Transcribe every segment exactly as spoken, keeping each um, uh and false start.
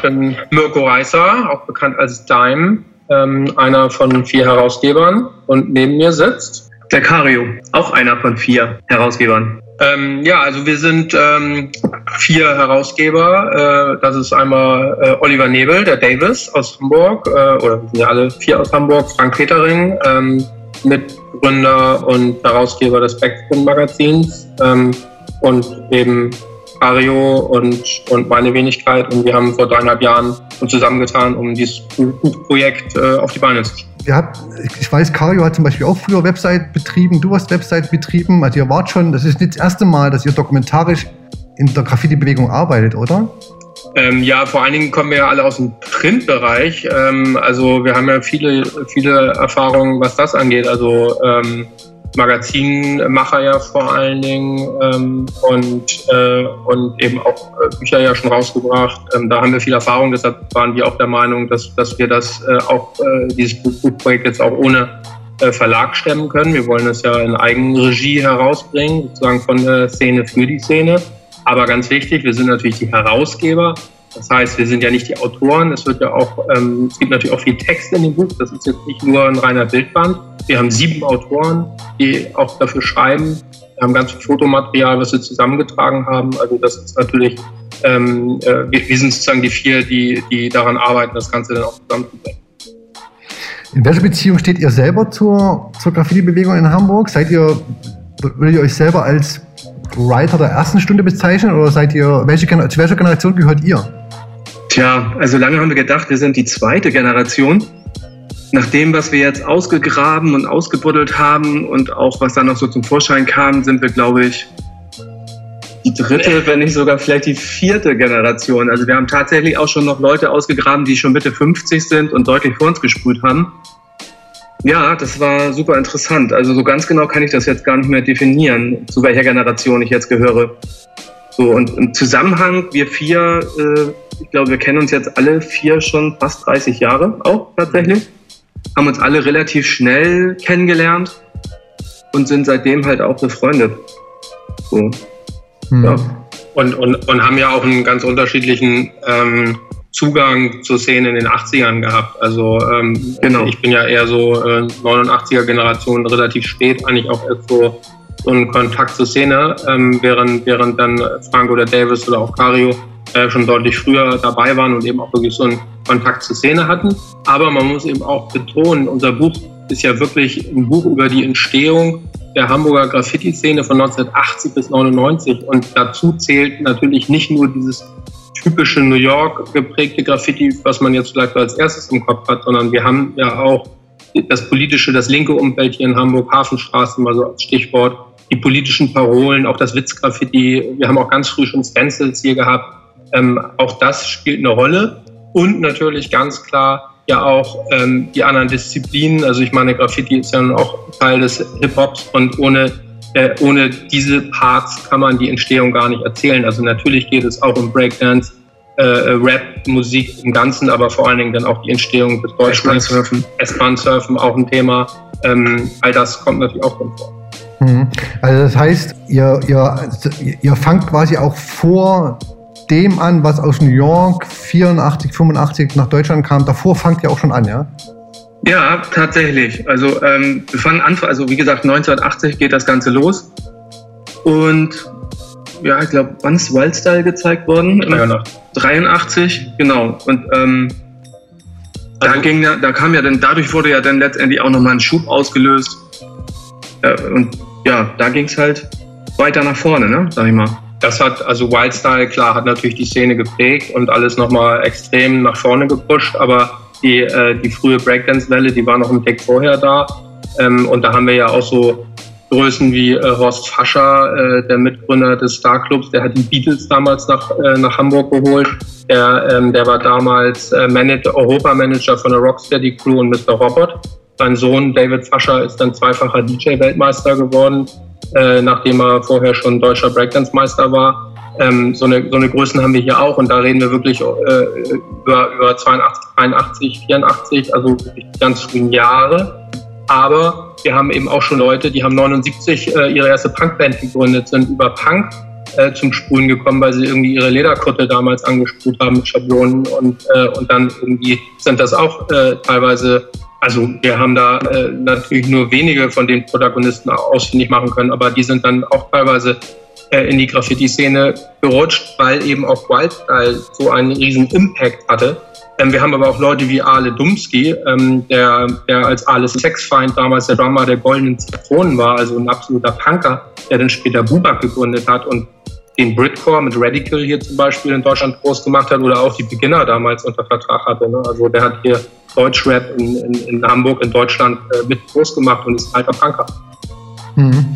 ich bin Mirko Reißer, auch bekannt als Dime, ähm, einer von vier Herausgebern. Und neben mir sitzt der Kario, auch einer von vier Herausgebern. Ähm, ja, also wir sind ähm, vier Herausgeber. Äh, das ist einmal äh, Oliver Nebel, der Davis aus Hamburg, äh, oder wir sind ja alle vier aus Hamburg, Frank Petering, ähm, Mitgründer und Herausgeber des Backspin-Magazins, ähm, und eben Kario und, und meine Wenigkeit. Und wir haben vor dreieinhalb Jahren uns zusammengetan, um dieses Buchprojekt äh, auf die Beine zu stellen. Ihr habt, ich weiß, Kario hat zum Beispiel auch früher Website betrieben, du hast Website betrieben, also ihr wart schon, das ist nicht das erste Mal, dass ihr dokumentarisch in der Graffiti-Bewegung arbeitet, oder? Ähm, ja, vor allen Dingen kommen wir ja alle aus dem Printbereich, ähm, also wir haben ja viele, viele Erfahrungen, was das angeht, also ähm, Magazinmacher ja vor allen Dingen ähm, und, äh, und eben auch äh, Bücher ja schon rausgebracht. Ähm, da haben wir viel Erfahrung, deshalb waren wir auch der Meinung, dass, dass wir das äh, auch, äh, dieses Buchprojekt jetzt auch ohne äh, Verlag stemmen können. Wir wollen es ja in Eigenregie herausbringen, sozusagen von der Szene für die Szene. Aber ganz wichtig, wir sind natürlich die Herausgeber. Das heißt, wir sind ja nicht die Autoren. Es wird ja auch, ähm, es gibt natürlich auch viel Text in dem Buch. Das ist jetzt nicht nur ein reiner Bildband. Wir haben sieben Autoren, die auch dafür schreiben. Wir haben ganz viel Fotomaterial, was wir zusammengetragen haben. Also das ist natürlich, ähm, äh, wir, wir sind sozusagen die vier, die, die daran arbeiten, das Ganze dann auch zusammenzubringen. In welcher Beziehung steht ihr selber zur, zur Graffiti-Bewegung in Hamburg? Seid ihr, würdet ihr euch selber als Writer der ersten Stunde bezeichnen oder seid ihr, welche, zu welcher Generation gehört ihr? Tja, also lange haben wir gedacht, wir sind die zweite Generation. Nach dem, was wir jetzt ausgegraben und ausgebuddelt haben und auch was dann noch so zum Vorschein kam, sind wir, glaube ich, die dritte, wenn nicht sogar vielleicht die vierte Generation. Also wir haben tatsächlich auch schon noch Leute ausgegraben, die schon Mitte fünfzig sind und deutlich vor uns gesprüht haben. Ja, das war super interessant. Also so ganz genau kann ich das jetzt gar nicht mehr definieren, zu welcher Generation ich jetzt gehöre. So, und im Zusammenhang, wir vier, äh, ich glaube, wir kennen uns jetzt alle vier schon fast dreißig Jahre auch tatsächlich. Haben uns alle relativ schnell kennengelernt und sind seitdem halt auch befreundet. So. Hm. Ja. Und, und, und haben ja auch einen ganz unterschiedlichen ähm, Zugang zur Szene in den achtzigern gehabt. Also ähm, genau. Ich bin ja eher so äh, neunundachtziger Generation, relativ spät eigentlich auch erst so, so einen Kontakt zur Szene, ähm, während, während dann Frank oder Davis oder auch Kario äh, schon deutlich früher dabei waren und eben auch wirklich so einen Kontakt zur Szene hatten. Aber man muss eben auch betonen, unser Buch ist ja wirklich ein Buch über die Entstehung der Hamburger Graffiti-Szene von neunzehnhundertachtzig bis neunundneunzig. Und dazu zählt natürlich nicht nur dieses typische New York geprägte Graffiti, was man jetzt vielleicht als erstes im Kopf hat, sondern wir haben ja auch das politische, das linke Umfeld hier in Hamburg, Hafenstraßen mal so als Stichwort, die politischen Parolen, auch das Witzgraffiti. Wir haben auch ganz früh schon Stencils hier gehabt. Ähm, auch das spielt eine Rolle. Und natürlich ganz klar ja auch ähm, die anderen Disziplinen. Also ich meine, Graffiti ist ja auch Teil des Hip-Hops und ohne, äh, ohne diese Parts kann man die Entstehung gar nicht erzählen. Also natürlich geht es auch um Breakdance, äh, Rap, Musik im Ganzen, aber vor allen Dingen dann auch die Entstehung des Deutschlands. S-Bahn-Surfen. S-Bahn-Surfen, auch ein Thema. Ähm, all das kommt natürlich auch drin vor. Also das heißt, ihr, ihr, ihr fangt quasi auch vor dem an, was aus New York vierundachtzig, fünfundachtzig nach Deutschland kam. Davor fangt ihr auch schon an, ja? Ja, tatsächlich. Also ähm, wir fangen an, also wie gesagt, neunzehnhundertachtzig geht das Ganze los. Und ja, ich glaube, wann ist Wildstyle gezeigt worden? dreiundachtzig, genau. Und ähm, also, da ging ja, da kam ja dann, dadurch wurde ja dann letztendlich auch nochmal ein Schub ausgelöst. Äh, und ja, da ging es halt weiter nach vorne, ne, sag ich mal. Das hat, also Wildstyle, klar, hat natürlich die Szene geprägt und alles nochmal extrem nach vorne gepusht, aber die, äh, die frühe Breakdance-Welle, die war noch einen Tick vorher da. Ähm, und da haben wir ja auch so Größen wie äh, Horst Fascher, äh, der Mitgründer des Starclubs, der hat die Beatles damals nach, äh, nach Hamburg geholt. Der, ähm, der war damals äh, Manager, Europamanager von der Rocksteady Crew und Mister Robot. Sein Sohn David Fascher ist dann zweifacher D J-Weltmeister geworden, äh, nachdem er vorher schon deutscher Breakdance-Meister war. Ähm, so, eine, so eine Größen haben wir hier auch und da reden wir wirklich äh, über, über zweiundachtzig, dreiundachtzig, vierundachtzig, also wirklich die ganz frühen Jahre. Aber wir haben eben auch schon Leute, die haben neunundsiebzig äh, ihre erste Punkband gegründet, sind über Punk äh, zum Sprühen gekommen, weil sie irgendwie ihre Lederkutte damals angesprüht haben mit Schablonen und, äh, und dann irgendwie sind das auch äh, teilweise, also wir haben da äh, natürlich nur wenige von den Protagonisten ausfindig machen können, aber die sind dann auch teilweise äh, in die Graffiti-Szene gerutscht, weil eben auch Wildstyle so einen riesen Impact hatte. Ähm, wir haben aber auch Leute wie Ale Dumski, ähm, der, der als Ales Sexfeind damals der Drummer der Goldenen Zitronen war, also ein absoluter Punker, der dann später Bubak gegründet hat und den Britcore mit Radical hier zum Beispiel in Deutschland groß gemacht hat oder auch die Beginner damals unter Vertrag hatte. Ne? Also der hat hier Deutschrap in, in, in Hamburg, in Deutschland äh, mit groß gemacht und ist ein alter Punker. Mhm.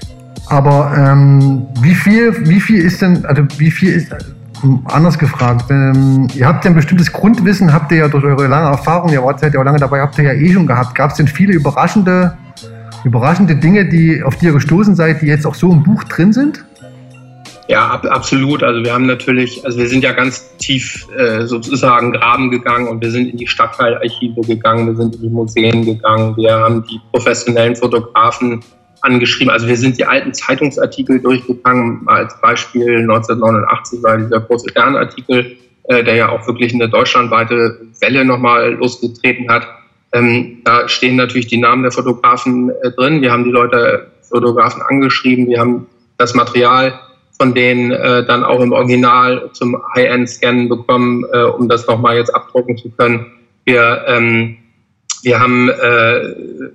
Aber ähm, wie viel, wie viel ist denn, also wie viel ist, anders gefragt, ähm, ihr habt ja ein bestimmtes Grundwissen, habt ihr ja durch eure lange Erfahrung, ihr wart ja auch lange dabei, habt ihr ja eh schon gehabt. Gab es denn viele überraschende, überraschende Dinge, die, auf die ihr gestoßen seid, die jetzt auch so im Buch drin sind? Ja, ab, absolut. Also wir haben natürlich, also wir sind ja ganz tief äh, sozusagen graben gegangen und wir sind in die Stadtteilarchive gegangen, wir sind in die Museen gegangen, wir haben die professionellen Fotografen angeschrieben. Also wir sind die alten Zeitungsartikel durchgegangen. Als Beispiel neunzehnhundertneunundachtzig war dieser große Sternartikel, äh, der ja auch wirklich eine deutschlandweite Welle nochmal losgetreten hat. Ähm, da stehen natürlich die Namen der Fotografen äh, drin. Wir haben die Leute, Fotografen angeschrieben. Wir haben das Material von denen äh, dann auch im Original zum High-End-Scannen bekommen, äh, um das nochmal jetzt abdrucken zu können. Wir, ähm, wir haben äh,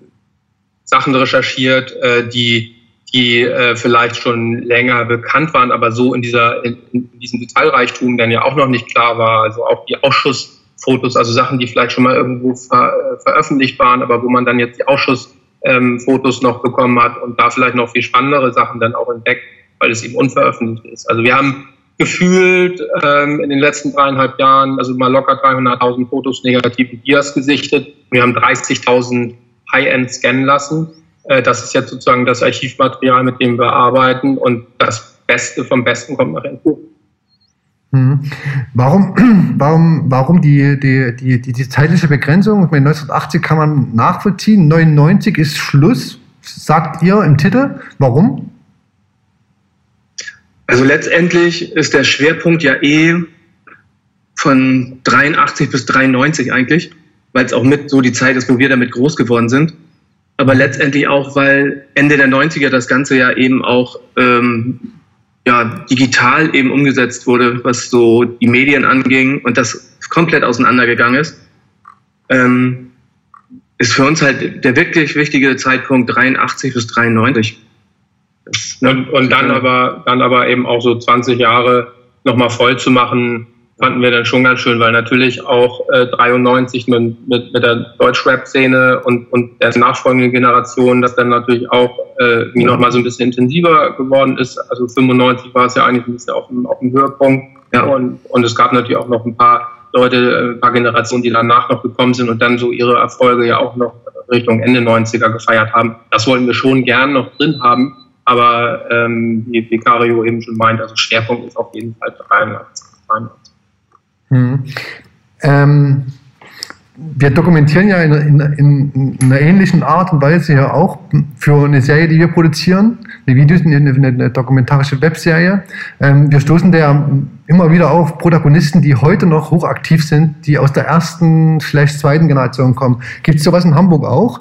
Sachen recherchiert, äh, die, die äh, vielleicht schon länger bekannt waren, aber so in, dieser, in, in diesem Detailreichtum dann ja auch noch nicht klar war. Also auch die Ausschussfotos, also Sachen, die vielleicht schon mal irgendwo ver, äh, veröffentlicht waren, aber wo man dann jetzt die Ausschussfotos ähm, noch bekommen hat und da vielleicht noch viel spannendere Sachen dann auch entdeckt, weil es eben unveröffentlicht ist. Also wir haben gefühlt ähm, in den letzten dreieinhalb Jahren, also mal locker dreihunderttausend Fotos negative Dias gesichtet. Wir haben dreißigtausend High-End scannen lassen. Äh, das ist jetzt sozusagen das Archivmaterial, mit dem wir arbeiten und das Beste vom Besten kommt nachher ins Buch. Hm. Warum, warum, warum die, die, die, die, die zeitliche Begrenzung? Ich meine, neunzehnhundertachtzig kann man nachvollziehen, neunundneunzig ist Schluss, sagt ihr im Titel. Warum? Also letztendlich ist der Schwerpunkt ja eh von dreiundachtzig bis dreiundneunzig eigentlich, weil es auch mit so die Zeit ist, wo wir damit groß geworden sind. Aber letztendlich auch, weil Ende der neunziger das Ganze ja eben auch ähm, ja, digital eben umgesetzt wurde, was so die Medien anging und das komplett auseinandergegangen ist, ähm, ist für uns halt der wirklich wichtige Zeitpunkt dreiundachtzig bis dreiundneunzig. Das, ne? Und, und dann aber, dann aber eben auch so zwanzig Jahre nochmal voll zu machen, fanden wir dann schon ganz schön, weil natürlich auch äh, dreiundneunzig mit, mit, mit der Deutschrap-Szene und, und der nachfolgenden Generation, das dann natürlich auch äh, ja. nochmal so ein bisschen intensiver geworden ist. Also fünfundneunzig war es ja eigentlich ein bisschen auf dem, auf dem Höhepunkt. Ja. Und, und es gab natürlich auch noch ein paar Leute, ein paar Generationen, die danach noch gekommen sind und dann so ihre Erfolge ja auch noch Richtung Ende neunziger gefeiert haben. Das wollten wir schon gern noch drin haben. Aber ähm, wie Vicario eben schon meint, also Schwerpunkt ist auf jeden Fall dreiundachtzig. Hm. Ähm, wir dokumentieren ja in, in, in, in einer ähnlichen Art und Weise ja auch für eine Serie, die wir produzieren, eine Videos, eine, eine, eine dokumentarische Webserie. Ähm, wir stoßen da ja immer wieder auf Protagonisten, die heute noch hochaktiv sind, die aus der ersten, vielleicht zweiten Generation kommen. Gibt es sowas in Hamburg auch?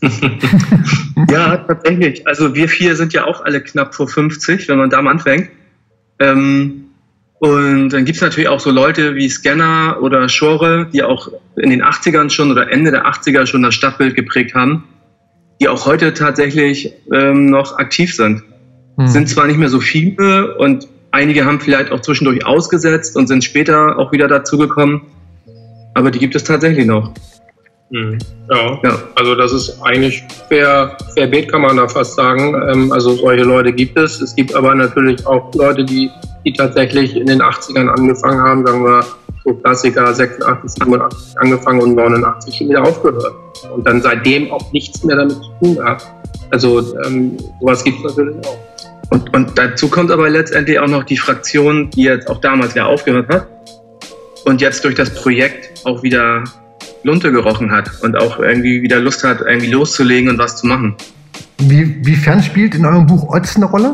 Ja, tatsächlich. Also wir vier sind ja auch alle knapp vor fünfzig, wenn man da mal anfängt. Ähm, und dann gibt es natürlich auch so Leute wie Scanner oder Schore, die auch in den achtzigern schon oder Ende der achtziger schon das Stadtbild geprägt haben, die auch heute tatsächlich ähm, noch aktiv sind. Hm. Sind zwar nicht mehr so viele und einige haben vielleicht auch zwischendurch ausgesetzt und sind später auch wieder dazugekommen, aber die gibt es tatsächlich noch. Mhm. Ja, ja, also das ist eigentlich fair, querbeet, kann man da fast sagen. Ähm, also solche Leute gibt es. Es gibt aber natürlich auch Leute, die, die tatsächlich in den achtzigern angefangen haben, sagen wir so Klassiker, sechsundachtzig, siebenundachtzig angefangen und neunundachtzig schon wieder aufgehört. Und dann seitdem auch nichts mehr damit zu tun gehabt. Also ähm, sowas gibt es natürlich auch. Und, und dazu kommt aber letztendlich auch noch die Fraktion, die jetzt auch damals ja aufgehört hat und jetzt durch das Projekt auch wieder Lunte gerochen hat und auch irgendwie wieder Lust hat, irgendwie loszulegen und was zu machen. Wie, wiefern spielt in eurem Buch Otz eine Rolle?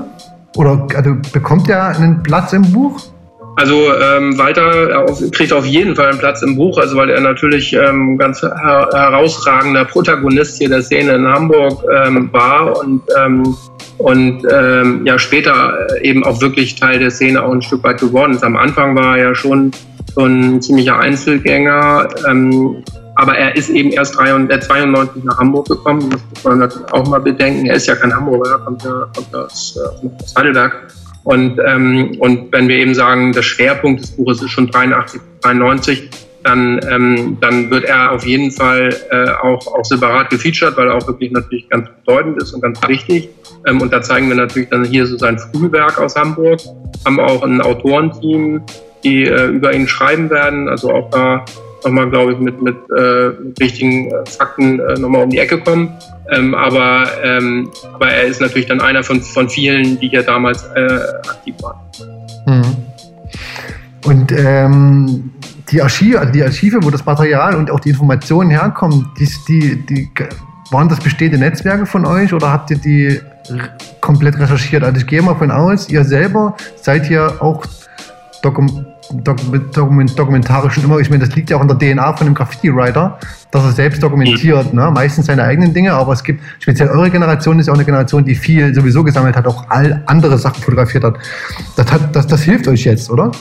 Oder also bekommt er einen Platz im Buch? Also ähm, Walter kriegt auf jeden Fall einen Platz im Buch, also weil er natürlich ähm, ganz her- herausragender Protagonist hier der Szene in Hamburg ähm, war und, ähm, und ähm, ja später eben auch wirklich Teil der Szene auch ein Stück weit geworden ist. Am Anfang war er ja schon so ein ziemlicher Einzelgänger, ähm, aber er ist eben erst zweiundneunzig nach Hamburg gekommen, das muss man natürlich auch mal bedenken. Er ist ja kein Hamburger, er kommt ja, kommt aus, aus Heidelberg. Und, ähm, und wenn wir eben sagen, der Schwerpunkt des Buches ist schon dreiundachtzig, dreiundneunzig, dann, ähm, dann wird er auf jeden Fall äh, auch, auch separat gefeatured, weil er auch wirklich natürlich ganz bedeutend ist und ganz wichtig. Ähm, und da zeigen wir natürlich dann hier so sein Frühwerk aus Hamburg, haben auch ein Autorenteam, die äh, über ihn schreiben werden, also auch da nochmal, glaube ich, mit, mit, äh, mit richtigen äh, Fakten äh, nochmal um die Ecke kommen. Ähm, aber, ähm, aber er ist natürlich dann einer von, von vielen, die hier damals äh, aktiv waren. Mhm. Und ähm, die Archive, also die Archive, wo das Material und auch die Informationen herkommen, die, die, die, waren das bestehende Netzwerke von euch oder habt ihr die r- komplett recherchiert? Also ich gehe mal von aus, ihr selber seid ja auch Dokum, Dokum, Dokument, dokumentarisch schon immer, ich meine, das liegt ja auch in der D N A von einem Graffiti-Writer, dass er selbst dokumentiert, ne? Meistens seine eigenen Dinge, aber es gibt, speziell eure Generation ist ja auch eine Generation, die viel sowieso gesammelt hat, auch all andere Sachen fotografiert hat. Das, hat, das, das hilft euch jetzt, oder?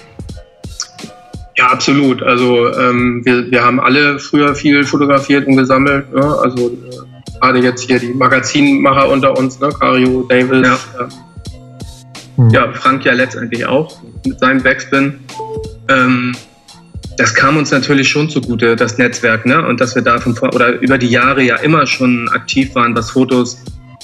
Ja, absolut. Also ähm, wir, wir haben alle früher viel fotografiert und gesammelt. Ne? Also äh, gerade jetzt hier die Magazinmacher unter uns, ne? Cario, Davis. Ja. Äh, Ja, Frank ja letztendlich auch mit seinem Backspin. Ähm, das kam uns natürlich schon zugute, das Netzwerk, ne? Und dass wir da von vor oder über die Jahre ja immer schon aktiv waren, was Fotos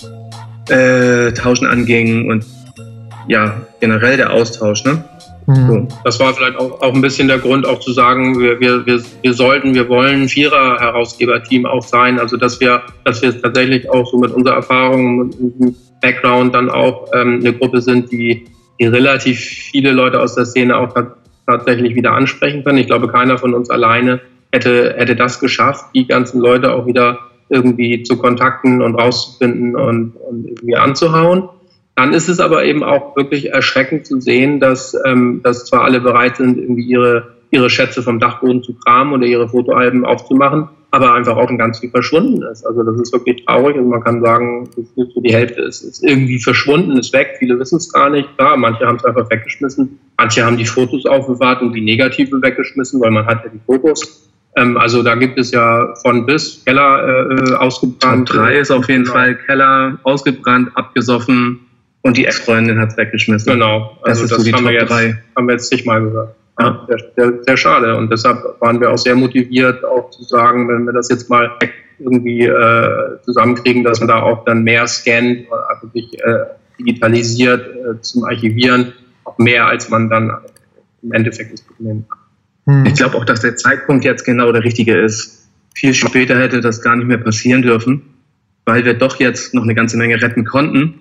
äh, tauschen anging und ja, generell der Austausch, ne? Mhm. So. Das war vielleicht auch, auch ein bisschen der Grund, auch zu sagen, wir, wir, wir, wir sollten, wir wollen ein Vierer-Herausgeber-Team auch sein. Also dass wir, dass wir tatsächlich auch so mit unserer Erfahrung, mit unserem Background dann auch ähm, eine Gruppe sind, die, die relativ viele Leute aus der Szene auch t- tatsächlich wieder ansprechen können. Ich glaube, keiner von uns alleine hätte, hätte das geschafft, die ganzen Leute auch wieder irgendwie zu kontakten und rauszufinden und, und irgendwie anzuhauen. Dann ist es aber eben auch wirklich erschreckend zu sehen, dass, ähm, dass zwar alle bereit sind, irgendwie ihre, ihre Schätze vom Dachboden zu kramen oder ihre Fotoalben aufzumachen, aber einfach auch ganz viel verschwunden ist. Also das ist wirklich traurig. Also man kann sagen, so die Hälfte ist, ist irgendwie verschwunden, ist weg. Viele wissen es gar nicht. Klar, manche haben es einfach weggeschmissen. Manche haben die Fotos aufbewahrt und die Negative weggeschmissen, weil man hat ja die Fotos. Ähm, also da gibt es ja von bis Keller äh, ausgebrannt. Top drei ist auf jeden Fall Keller, ausgebrannt, abgesoffen und die Ex-Freundin hat es weggeschmissen. Genau. Also das ist das, so die haben, wir Top jetzt, drei. haben wir jetzt zigmal gehört. Ja. Sehr, sehr, sehr schade. Und deshalb waren wir auch sehr motiviert, auch zu sagen, wenn wir das jetzt mal irgendwie äh, zusammenkriegen, dass man da auch dann mehr scannt, also wirklich äh, digitalisiert äh, zum Archivieren, auch mehr als man dann im Endeffekt das Dokument kann. Mhm. Ich glaube auch, dass der Zeitpunkt jetzt genau der richtige ist. Viel später hätte das gar nicht mehr passieren dürfen, weil wir doch jetzt noch eine ganze Menge retten konnten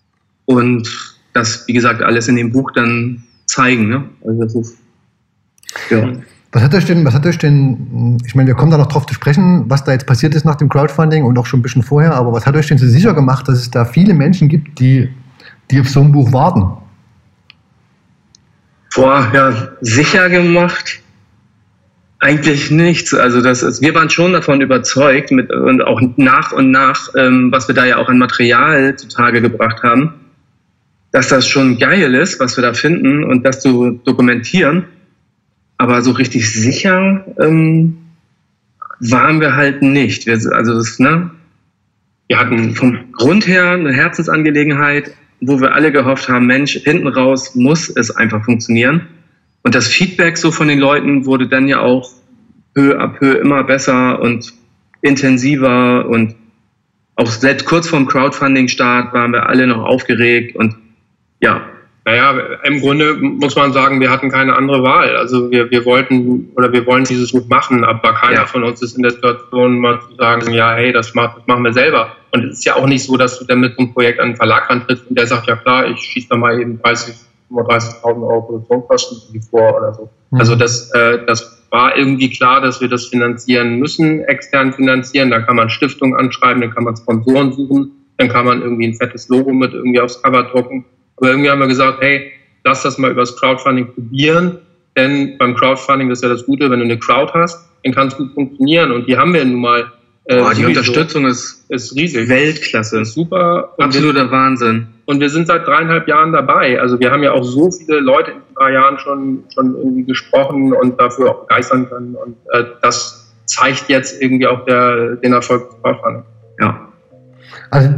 und das, wie gesagt, alles in dem Buch dann zeigen. Ne? Also das ist, ja. Was hat euch denn, was hat euch denn, ich meine, wir kommen da noch drauf zu sprechen, was da jetzt passiert ist nach dem Crowdfunding und auch schon ein bisschen vorher, aber was hat euch denn so sicher gemacht, dass es da viele Menschen gibt, die, die auf so ein Buch warten? Boah, ja, sicher gemacht? Eigentlich nichts. Also das ist, wir waren schon davon überzeugt mit, und auch nach und nach, ähm, was wir da ja auch an Material zutage gebracht haben, dass das schon geil ist, was wir da finden und das zu dokumentieren. Aber so richtig sicher ähm, waren wir halt nicht. Wir, also das, ne? Wir hatten vom Grund her eine Herzensangelegenheit, wo wir alle gehofft haben, Mensch, hinten raus muss es einfach funktionieren. Und das Feedback so von den Leuten wurde dann ja auch Höhe ab Höhe immer besser und intensiver. Und auch selbst kurz vorm Crowdfunding-Start waren wir alle noch aufgeregt. Und ja, Naja, im Grunde muss man sagen, wir hatten keine andere Wahl. Also wir, wir wollten oder wir wollen dieses Buch machen, aber keiner Ja. von uns ist in der Situation, mal zu sagen, ja, hey, das, mach, das machen wir selber. Und es ist ja auch nicht so, dass du dann mit so einem Projekt an einen Verlag antrittst und der sagt, ja klar, ich schieße da mal eben dreißig, fünfunddreißigtausend Euro Produktionskosten für die vor oder so. Mhm. Also das, äh, das war irgendwie klar, dass wir das finanzieren müssen, extern finanzieren. Da kann man Stiftungen anschreiben, dann kann man Sponsoren suchen, dann kann man irgendwie ein fettes Logo mit irgendwie aufs Cover drucken. Aber irgendwie haben wir gesagt, hey, lass das mal übers Crowdfunding probieren, denn beim Crowdfunding, das ist ja das Gute, wenn du eine Crowd hast, dann kann es gut funktionieren und die haben wir nun mal. Äh, Boah, die Unterstützung ist, ist riesig. Weltklasse. Ist super. Und absoluter wir, Wahnsinn. Und wir sind seit dreieinhalb Jahren dabei. Also wir haben ja auch so viele Leute in drei Jahren schon, schon irgendwie gesprochen und dafür auch begeistern können. Und äh, das zeigt jetzt irgendwie auch der, den Erfolg des Crowdfunding. Ja. Also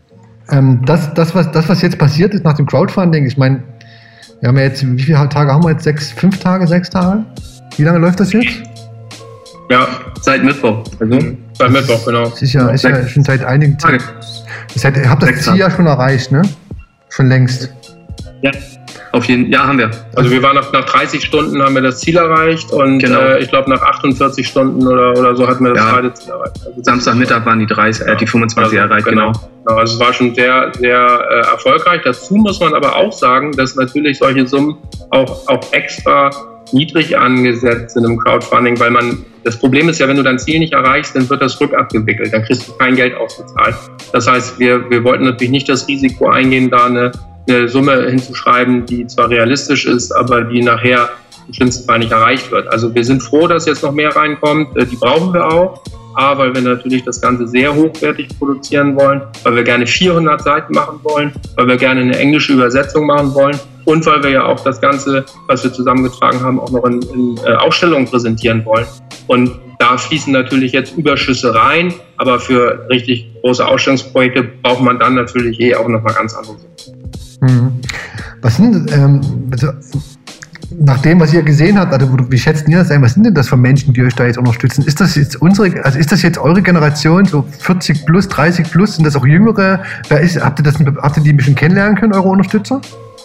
ähm, das, das, was, das, was jetzt passiert ist nach dem Crowdfunding, ich meine, wir haben ja jetzt, wie viele Tage haben wir jetzt? Sechs, fünf Tage, sechs Tage? Wie lange läuft das jetzt? Ja, seit Mittwoch. Also, mhm. Seit Mittwoch, genau. Das ist ja, ist ja schon seit einigen Tagen. Das heißt, ihr habt das Ziel ja schon erreicht, ne? Schon längst. Ja, auf jeden Fall. Ja, haben wir. Also wir waren nach, nach dreißig Stunden haben wir das Ziel erreicht und genau. äh, ich glaube nach achtundvierzig Stunden oder, oder so hatten wir das ja. zweite Ziel erreicht. Also Samstagmittag waren die dreißig, äh, die fünfundzwanzig also, erreicht, genau. genau. genau. Also es war schon sehr, sehr äh, erfolgreich. Dazu muss man aber auch sagen, dass natürlich solche Summen auch, auch extra niedrig angesetzt sind im Crowdfunding, weil man, das Problem ist ja, wenn du dein Ziel nicht erreichst, dann wird das rückabgewickelt, dann kriegst du kein Geld ausgezahlt. Das heißt, wir, wir wollten natürlich nicht das Risiko eingehen, da eine, eine Summe hinzuschreiben, die zwar realistisch ist, aber die nachher im schlimmsten Fall nicht erreicht wird. Also wir sind froh, dass jetzt noch mehr reinkommt, die brauchen wir auch. A, weil wir natürlich das Ganze sehr hochwertig produzieren wollen, weil wir gerne vierhundert Seiten machen wollen, weil wir gerne eine englische Übersetzung machen wollen und weil wir ja auch das Ganze, was wir zusammengetragen haben, auch noch in, in äh, Ausstellungen präsentieren wollen. Und da fließen natürlich jetzt Überschüsse rein, aber für richtig große Ausstellungsprojekte braucht man dann natürlich eh auch nochmal ganz andere Sachen. Mhm. Was sind ähm, also nach dem, was ihr gesehen habt, also wie schätzt ihr das ein? Was sind denn das für Menschen, die euch da jetzt unterstützen? Ist das jetzt unsere, also ist das jetzt eure Generation, so vierzig plus, dreißig plus? Sind das auch Jüngere? Wer ist, habt ihr das, habt ihr die ein bisschen kennenlernen können, eure Unterstützer?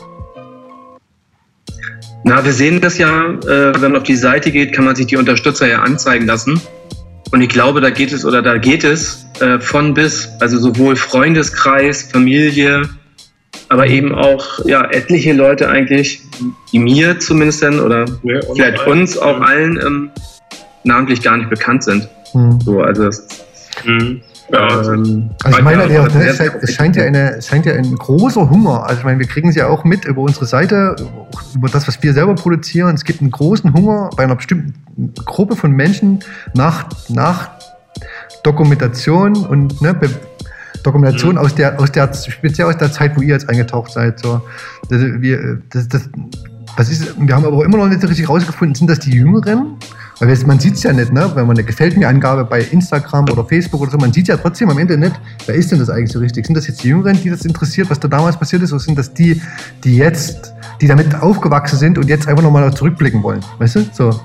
Na, wir sehen das ja, äh, wenn man auf die Seite geht, kann man sich die Unterstützer ja anzeigen lassen. Und ich glaube, da geht es oder da geht es äh, von bis, also sowohl Freundeskreis, Familie, aber eben auch ja etliche Leute eigentlich, die mir zumindest dann, oder ja, vielleicht uns auch ja. allen ähm, namentlich gar nicht bekannt sind. Mhm. So, also das, mhm. ja, ähm, also ich meine, ja, es scheint, es scheint ja eine, es scheint ja ein großer Hunger. Also ich meine, wir kriegen es ja auch mit über unsere Seite, über das, was wir selber produzieren. Es gibt einen großen Hunger bei einer bestimmten Gruppe von Menschen nach, nach Dokumentation und ne, Dokumentation mhm. aus der, aus der, speziell aus der Zeit, wo ihr jetzt eingetaucht seid. So. Das, wir, das, das, das ist, wir haben aber immer noch nicht so richtig rausgefunden, sind das die Jüngeren? Weil man sieht es ja nicht, ne? Wenn man eine Gefällt-mir-Angabe bei Instagram oder Facebook oder so, man sieht ja trotzdem am Ende nicht, wer ist denn das eigentlich so richtig? Sind das jetzt die Jüngeren, die das interessiert, was da damals passiert ist, oder sind das die, die jetzt, die damit aufgewachsen sind und jetzt einfach nochmal zurückblicken wollen? Weißt du? So.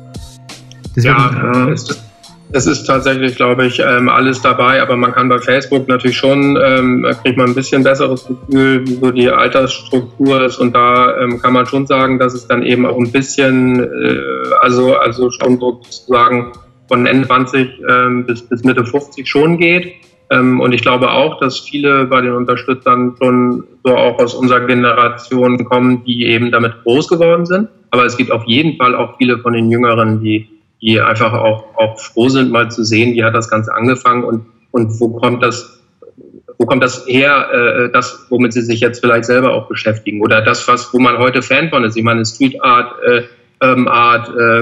Deswegen, ja, äh, es ist Es ist tatsächlich, glaube ich, ähm, alles dabei, aber man kann bei Facebook natürlich schon, ähm, kriegt man ein bisschen besseres Gefühl, wie so die Altersstruktur ist, und da ähm, kann man schon sagen, dass es dann eben auch ein bisschen, äh, also, also schon sozusagen von Ende zwanzig ähm, bis, bis Mitte fünfzig schon geht. Ähm, und ich glaube auch, dass viele bei den Unterstützern schon so auch aus unserer Generation kommen, die eben damit groß geworden sind. Aber es gibt auf jeden Fall auch viele von den Jüngeren, die die einfach auch, auch froh sind, mal zu sehen, wie hat das Ganze angefangen und, und wo kommt das, wo kommt das her, äh, das, womit sie sich jetzt vielleicht selber auch beschäftigen, oder das, was, wo man heute Fan von ist. Ich meine, Street Art, äh, Urban Art, äh,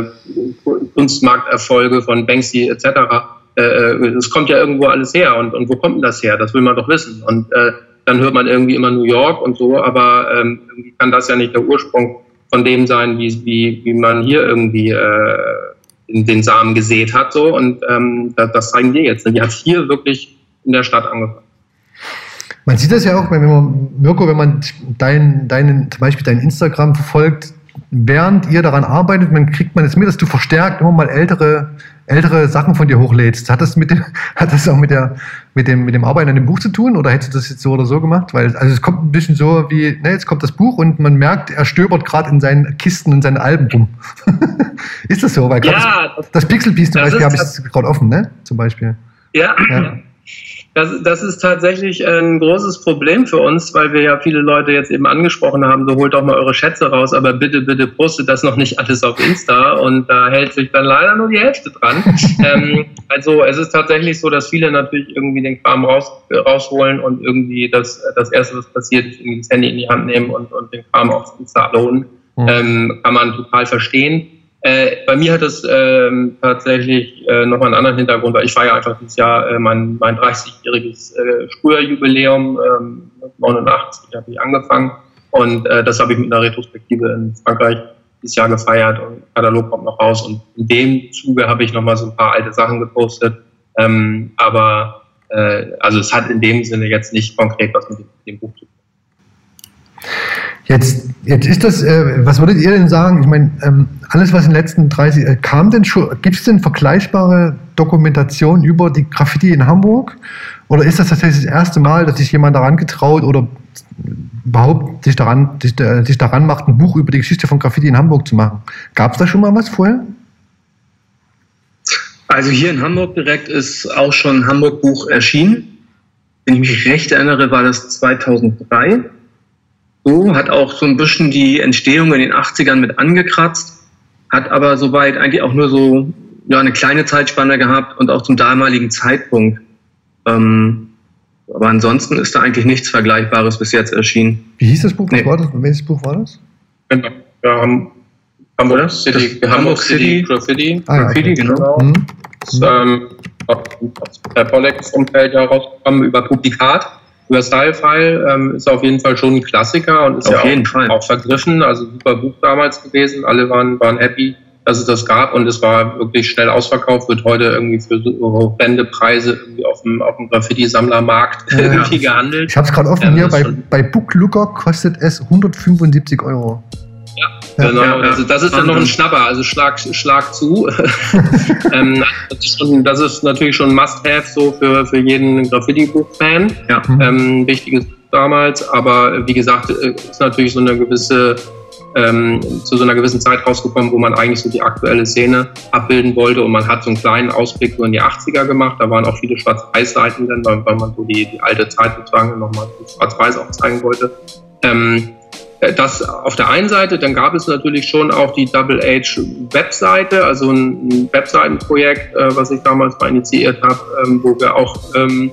Kunstmarkterfolge von Banksy et cetera. Äh, das kommt ja irgendwo alles her, und, und wo kommt denn das her? Das will man doch wissen. Und äh, dann hört man irgendwie immer New York und so, aber ähm, irgendwie kann das ja nicht der Ursprung von dem sein, wie, wie, wie man hier irgendwie äh, in den Samen gesät hat, so, und ähm, das, das zeigen wir jetzt. Die hat hier wirklich in der Stadt angefangen. Man sieht das ja auch, wenn man, Mirko, wenn man dein, deinen, zum Beispiel dein Instagram verfolgt, während ihr daran arbeitet, man kriegt man es mit, dass du verstärkt immer mal ältere, ältere Sachen von dir hochlädst. Hat das mit dem, hat das auch mit der, mit dem, mit dem Arbeiten an dem Buch zu tun, oder hättest du das jetzt so oder so gemacht? Weil, also es kommt ein bisschen so wie, ne, jetzt kommt das Buch und man merkt, er stöbert gerade in seinen Kisten und seinen Alben rum. Ist das so? Weil ja, das, das Pixelpiece zum Beispiel habe ich gerade offen, ne? Zum Beispiel. Ja. ja. Das, das ist tatsächlich ein großes Problem für uns, weil wir ja viele Leute jetzt eben angesprochen haben, so holt doch mal eure Schätze raus, aber bitte, bitte postet das noch nicht alles auf Insta und da hält sich dann leider nur die Hälfte dran. ähm, also es ist tatsächlich so, dass viele natürlich irgendwie den Kram raus, rausholen und irgendwie das, das Erste, was passiert, ist irgendwie das Handy in die Hand nehmen und, und den Kram auf Insta uploaden. Mhm. Ähm, kann man total verstehen. Äh, bei mir hat es ähm, tatsächlich äh, noch einen anderen Hintergrund, weil ich feiere einfach dieses Jahr äh, mein, mein dreißigjähriges äh, Sprüherjubiläum, ähm, neunundachtzig habe ich angefangen und äh, das habe ich mit einer Retrospektive in Frankreich dieses Jahr gefeiert und der Katalog kommt noch raus und in dem Zuge habe ich nochmal so ein paar alte Sachen gepostet, ähm, aber äh, also es hat in dem Sinne jetzt nicht konkret was mit dem, mit dem Buch zu tun. Jetzt, jetzt ist das, äh, was würdet ihr denn sagen? Ich meine, ähm, alles, was in den letzten dreißig, äh, kam denn schon, gibt es denn vergleichbare Dokumentation über die Graffiti in Hamburg? Oder ist das tatsächlich das erste Mal, dass sich jemand daran getraut oder überhaupt sich daran, sich, äh, sich daran macht, ein Buch über die Geschichte von Graffiti in Hamburg zu machen? Gab es da schon mal was vorher? Also hier in Hamburg direkt ist auch schon ein Hamburg-Buch erschienen. Wenn ich mich recht erinnere, war das zweitausenddrei. So, hat auch so ein bisschen die Entstehung in den achtzigern mit angekratzt, hat aber soweit eigentlich auch nur so ja, eine kleine Zeitspanne gehabt und auch zum damaligen Zeitpunkt. Ähm, aber ansonsten ist da eigentlich nichts Vergleichbares bis jetzt erschienen. Wie hieß das Buch? Was nee. war das? Welches Buch war das? Genau. Ja, Ham- Hamburg City. Das Hamburg City Graffiti. Ah, ja, Graffiti, okay. Genau. Mhm. Das ist ähm, per Pollex-Umfeld herausgekommen über Publikat. Über Style-File ähm, ist auf jeden Fall schon ein Klassiker und ist auf ja jeden auch, Fall. auch vergriffen. Also super Buch damals gewesen. Alle waren, waren happy, dass es das gab und es war wirklich schnell ausverkauft. Wird heute irgendwie für so Wendepreise irgendwie auf dem, auf dem Graffiti-Sammlermarkt ja, irgendwie gehandelt. Ich habe es gerade offen ähm, hier. Bei, bei Booklooker kostet es hundertfünfundsiebzig Euro. Ja, genau. Ja, ja. Also das ist dann noch ein Schnapper, also schlag, schlag zu. ähm, das, ist schon, das ist natürlich schon ein Must-Have so für, für jeden Graffiti-Buch-Fan. Ja. Ähm, wichtiges Buch damals, aber wie gesagt, ist natürlich so eine gewisse, ähm, zu so einer gewissen Zeit rausgekommen, wo man eigentlich so die aktuelle Szene abbilden wollte und man hat so einen kleinen Ausblick so in die achtziger gemacht. Da waren auch viele Schwarz-Weiß-Seiten dann, weil, weil man so die, die alte Zeit sozusagen nochmal Schwarz-Weiß auch zeigen wollte. Ähm, Das auf der einen Seite, dann gab es natürlich schon auch die Double H Webseite, also ein Webseitenprojekt, äh, was ich damals mal initiiert habe, ähm, wo wir auch ähm,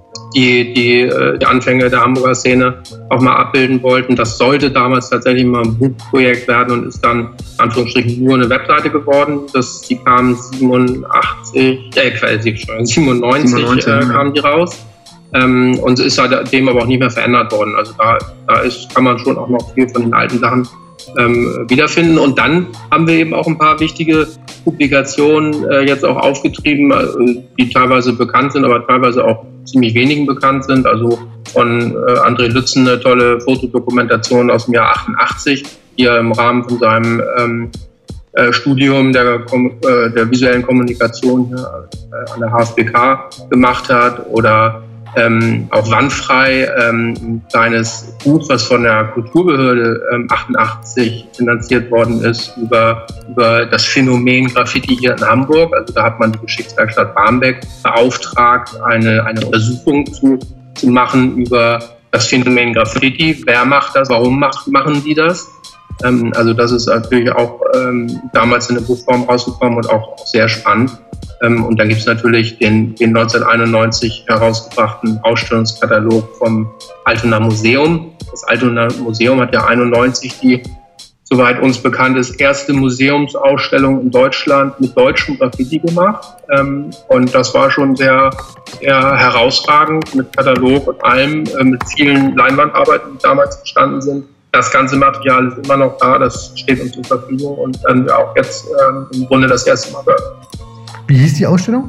die, die, äh, die Anfänge der Hamburger Szene auch mal abbilden wollten. Das sollte damals tatsächlich mal ein Buchprojekt werden und ist dann in Anführungsstrichen nur eine Webseite geworden. Das, die kam siebenundachtzig, äh, siebenundneunzig, siebenundneunzig äh, kam die raus. Ähm, und ist seitdem aber auch nicht mehr verändert worden. Also da, da ist, kann man schon auch noch viel von den alten Sachen ähm, wiederfinden. Und dann haben wir eben auch ein paar wichtige Publikationen äh, jetzt auch aufgetrieben, äh, die teilweise bekannt sind, aber teilweise auch ziemlich wenigen bekannt sind. Also von äh, André Lützen eine tolle Fotodokumentation aus dem Jahr achtundachtzig, die er im Rahmen von seinem ähm, äh, Studium der, äh, der visuellen Kommunikation hier äh, an der H F B K gemacht hat. Oder Ähm, auch Wandfrei, ähm, ein kleines Buch, was von der Kulturbehörde ähm, achtundachtzig finanziert worden ist, über, über das Phänomen Graffiti hier in Hamburg. Also da hat man die Geschichtswerkstatt Barmbek beauftragt, eine, eine Untersuchung zu, zu machen über das Phänomen Graffiti. Wer macht das? Warum macht, machen die das? Ähm, also das ist natürlich auch ähm, damals in der Buchform rausgekommen und auch, auch sehr spannend. Ähm, und dann gibt es natürlich den, den neunzehnhunderteinundneunzig herausgebrachten Ausstellungskatalog vom Altonaer Museum. Das Altonaer Museum hat ja einundneunzig die, soweit uns bekannt ist, erste Museumsausstellung in Deutschland mit deutschem Graffiti gemacht. Ähm, und das war schon sehr, sehr herausragend mit Katalog und allem, äh, mit vielen Leinwandarbeiten, die damals entstanden sind. Das ganze Material ist immer noch da, das steht uns zur Verfügung und dann auch jetzt ähm, im Grunde das erste Mal gehört. Wie hieß die Ausstellung?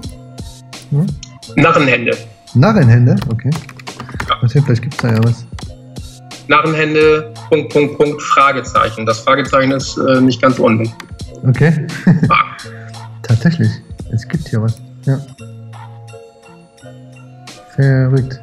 Hm? Narrenhände. Narrenhände? Okay. Ja. Was, vielleicht gibt es da ja was. Narrenhände, Punkt, Punkt, Punkt, Fragezeichen. Das Fragezeichen ist äh, nicht ganz unwichtig. Okay. Tatsächlich. Es gibt hier was. Ja. Verrückt.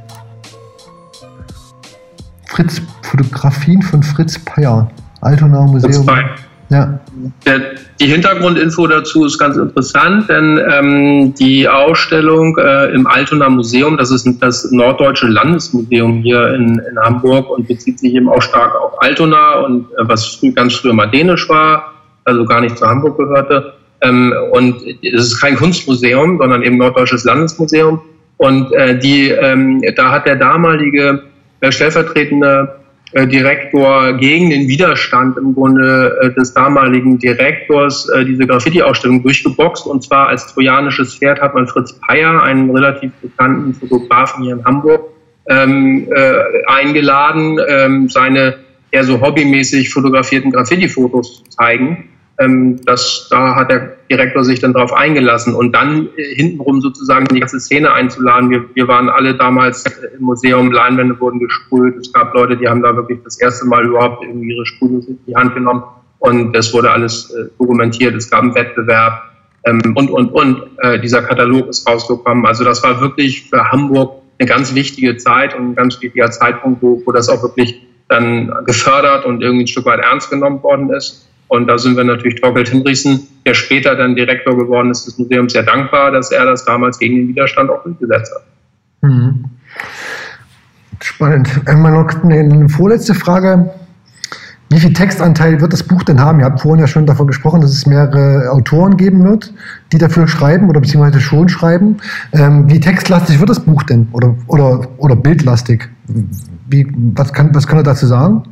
Fritz, Fotografien von Fritz Peyer. Altonaer Museum. Ja. Der, die Hintergrundinfo dazu ist ganz interessant, denn ähm, die Ausstellung äh, im Altonaer Museum, das ist das Norddeutsche Landesmuseum hier in, in Hamburg und bezieht sich eben auch stark auf Altona und äh, was früh, ganz früher mal dänisch war, also gar nicht zu Hamburg gehörte. Ähm, und es ist kein Kunstmuseum, sondern eben Norddeutsches Landesmuseum. Und äh, die, ähm, da hat der damalige äh, stellvertretende äh, Direktor gegen den Widerstand im Grunde äh, des damaligen Direktors äh, diese Graffiti-Ausstellung durchgeboxt. Und zwar als trojanisches Pferd hat man Fritz Peyer, einen relativ bekannten Fotografen hier in Hamburg, ähm, äh, eingeladen, ähm, seine eher so hobbymäßig fotografierten Graffiti-Fotos zu zeigen. Das, da hat der Direktor sich dann darauf eingelassen und dann äh, hintenrum sozusagen die ganze Szene einzuladen. Wir, wir waren alle damals im Museum, Leinwände wurden gesprüht. Es gab Leute, die haben da wirklich das erste Mal überhaupt irgendwie ihre Sprühdose in die Hand genommen und das wurde alles äh, dokumentiert. Es gab einen Wettbewerb ähm, und, und, und. Äh, dieser Katalog ist rausgekommen. Also das war wirklich für Hamburg eine ganz wichtige Zeit und ein ganz wichtiger Zeitpunkt, wo, wo das auch wirklich dann gefördert und irgendwie ein Stück weit ernst genommen worden ist. Und da sind wir natürlich Torkel Hinrichsen, der später dann Direktor geworden ist des Museums, sehr dankbar, dass er das damals gegen den Widerstand auch durchgesetzt hat. Mhm. Spannend. Einmal noch eine vorletzte Frage. Wie viel Textanteil wird das Buch denn haben? Ihr habt vorhin ja schon davon gesprochen, dass es mehrere Autoren geben wird, die dafür schreiben oder beziehungsweise schon schreiben. Ähm, wie textlastig wird das Buch denn? Oder, oder, oder bildlastig? Wie, was, kann, was kann er dazu sagen?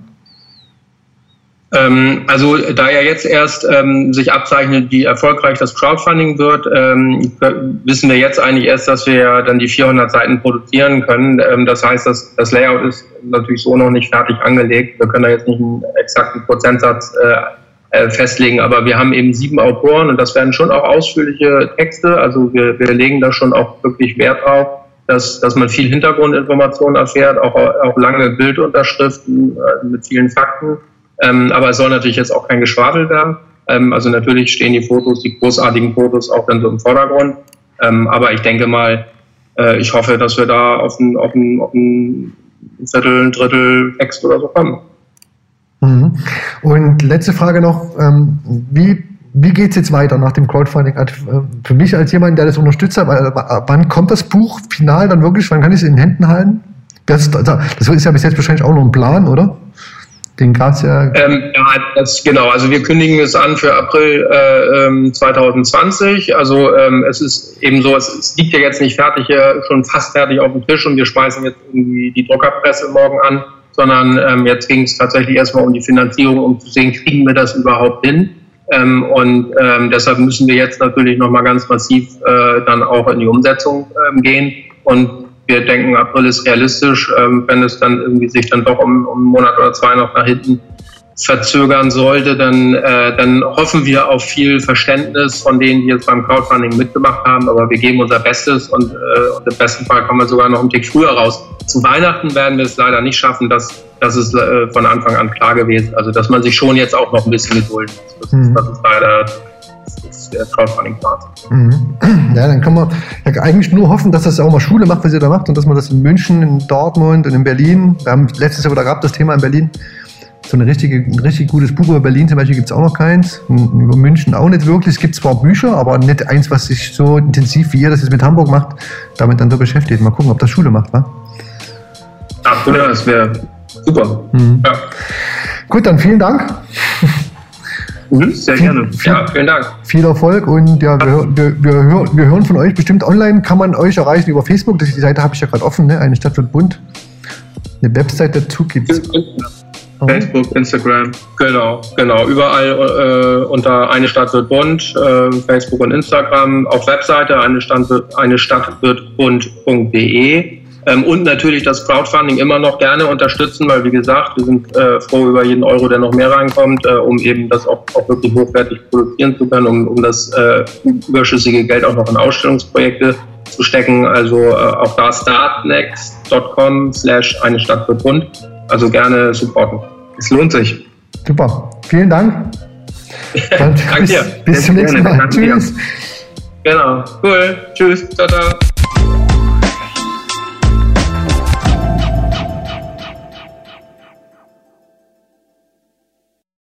Ähm, also da ja jetzt erst ähm, sich abzeichnet, wie erfolgreich das Crowdfunding wird, ähm, wissen wir jetzt eigentlich erst, dass wir ja dann die vierhundert Seiten produzieren können. Ähm, das heißt, dass das Layout ist natürlich so noch nicht fertig angelegt. Wir können da jetzt nicht einen exakten Prozentsatz äh, äh, festlegen, aber wir haben eben sieben Autoren und das werden schon auch ausführliche Texte. Also wir, wir legen da schon auch wirklich Wert drauf, dass, dass man viel Hintergrundinformationen erfährt, auch, auch lange Bildunterschriften äh, mit vielen Fakten. Ähm, aber es soll natürlich jetzt auch kein Geschwafel werden. Ähm, also natürlich stehen die Fotos, die großartigen Fotos auch dann so im Vordergrund. Ähm, aber ich denke mal, äh, ich hoffe, dass wir da auf ein, auf ein, auf ein Viertel, ein Drittel Text oder so kommen. Mhm. Und letzte Frage noch, ähm, wie, wie geht es jetzt weiter nach dem Crowdfunding? Für mich als jemand, der das unterstützt hat, wann kommt das Buch final dann wirklich, wann kann ich es in den Händen halten? Das, das ist ja bis jetzt wahrscheinlich auch noch ein Plan, oder? Den gab's ja. Ähm, ja, das, genau. Also wir kündigen es an für April äh, zwanzig zwanzig. Also ähm, es ist eben so, es, es liegt ja jetzt nicht fertig, ja, schon fast fertig auf dem Tisch und wir schmeißen jetzt irgendwie die Druckerpresse morgen an, sondern ähm, jetzt ging es tatsächlich erstmal um die Finanzierung, um zu sehen, kriegen wir das überhaupt hin? Ähm, und ähm, deshalb müssen wir jetzt natürlich nochmal ganz massiv äh, dann auch in die Umsetzung ähm, gehen und wir denken, April ist realistisch. Ähm, wenn es dann irgendwie sich dann doch um, um einen Monat oder zwei noch nach hinten verzögern sollte, dann, äh, dann hoffen wir auf viel Verständnis von denen, die jetzt beim Crowdfunding mitgemacht haben. Aber wir geben unser Bestes und, äh, und im besten Fall kommen wir sogar noch einen Tick früher raus. Zu Weihnachten werden wir es leider nicht schaffen. Das, das ist äh, von Anfang an klar gewesen. Also, dass man sich schon jetzt auch noch ein bisschen gedulden muss. Das, mhm. das ist leider der Crowdfunding-Part. Mhm. Ja, dann kann man ja eigentlich nur hoffen, dass das auch mal Schule macht, was ihr da macht und dass man das in München, in Dortmund und in Berlin, wir haben letztes Jahr wieder gehabt, das Thema in Berlin, so eine richtige, ein richtig gutes Buch über Berlin zum Beispiel gibt es auch noch keins, über München auch nicht wirklich, es gibt zwar Bücher, aber nicht eins, was sich so intensiv wie ihr das jetzt mit Hamburg macht, damit dann so beschäftigt. Mal gucken, ob das Schule macht, wa? Ach, oder? Das wäre super. Mhm. Ja. Gut, dann vielen Dank. Mhm, sehr viel, gerne. Viel, ja, vielen Dank. Viel Erfolg und ja, wir, wir, wir, hören, wir hören von euch bestimmt online. Kann man euch erreichen über Facebook? Das, die Seite habe ich ja gerade offen, ne? Eine Stadt wird bunt. Eine Website dazu gibt es. Facebook, Instagram, genau, genau. Überall äh, unter Eine Stadt wird bunt, äh, Facebook und Instagram. Auf Webseite eine Stadt wird, eine Stadt wird bunt punkt de. Ähm, und natürlich das Crowdfunding immer noch gerne unterstützen, weil wie gesagt, wir sind äh, froh über jeden Euro, der noch mehr reinkommt, äh, um eben das auch, auch wirklich hochwertig produzieren zu können, um, um das äh, überschüssige Geld auch noch in Ausstellungsprojekte zu stecken. Also äh, auch da startnext punkt com slash eine Stadt wird bunt. Also gerne supporten. Es lohnt sich. Super. Vielen Dank. Danke bis, dir. Bis zum nächsten Mal. Tschüss. Genau. Cool. Tschüss. Ciao, ciao.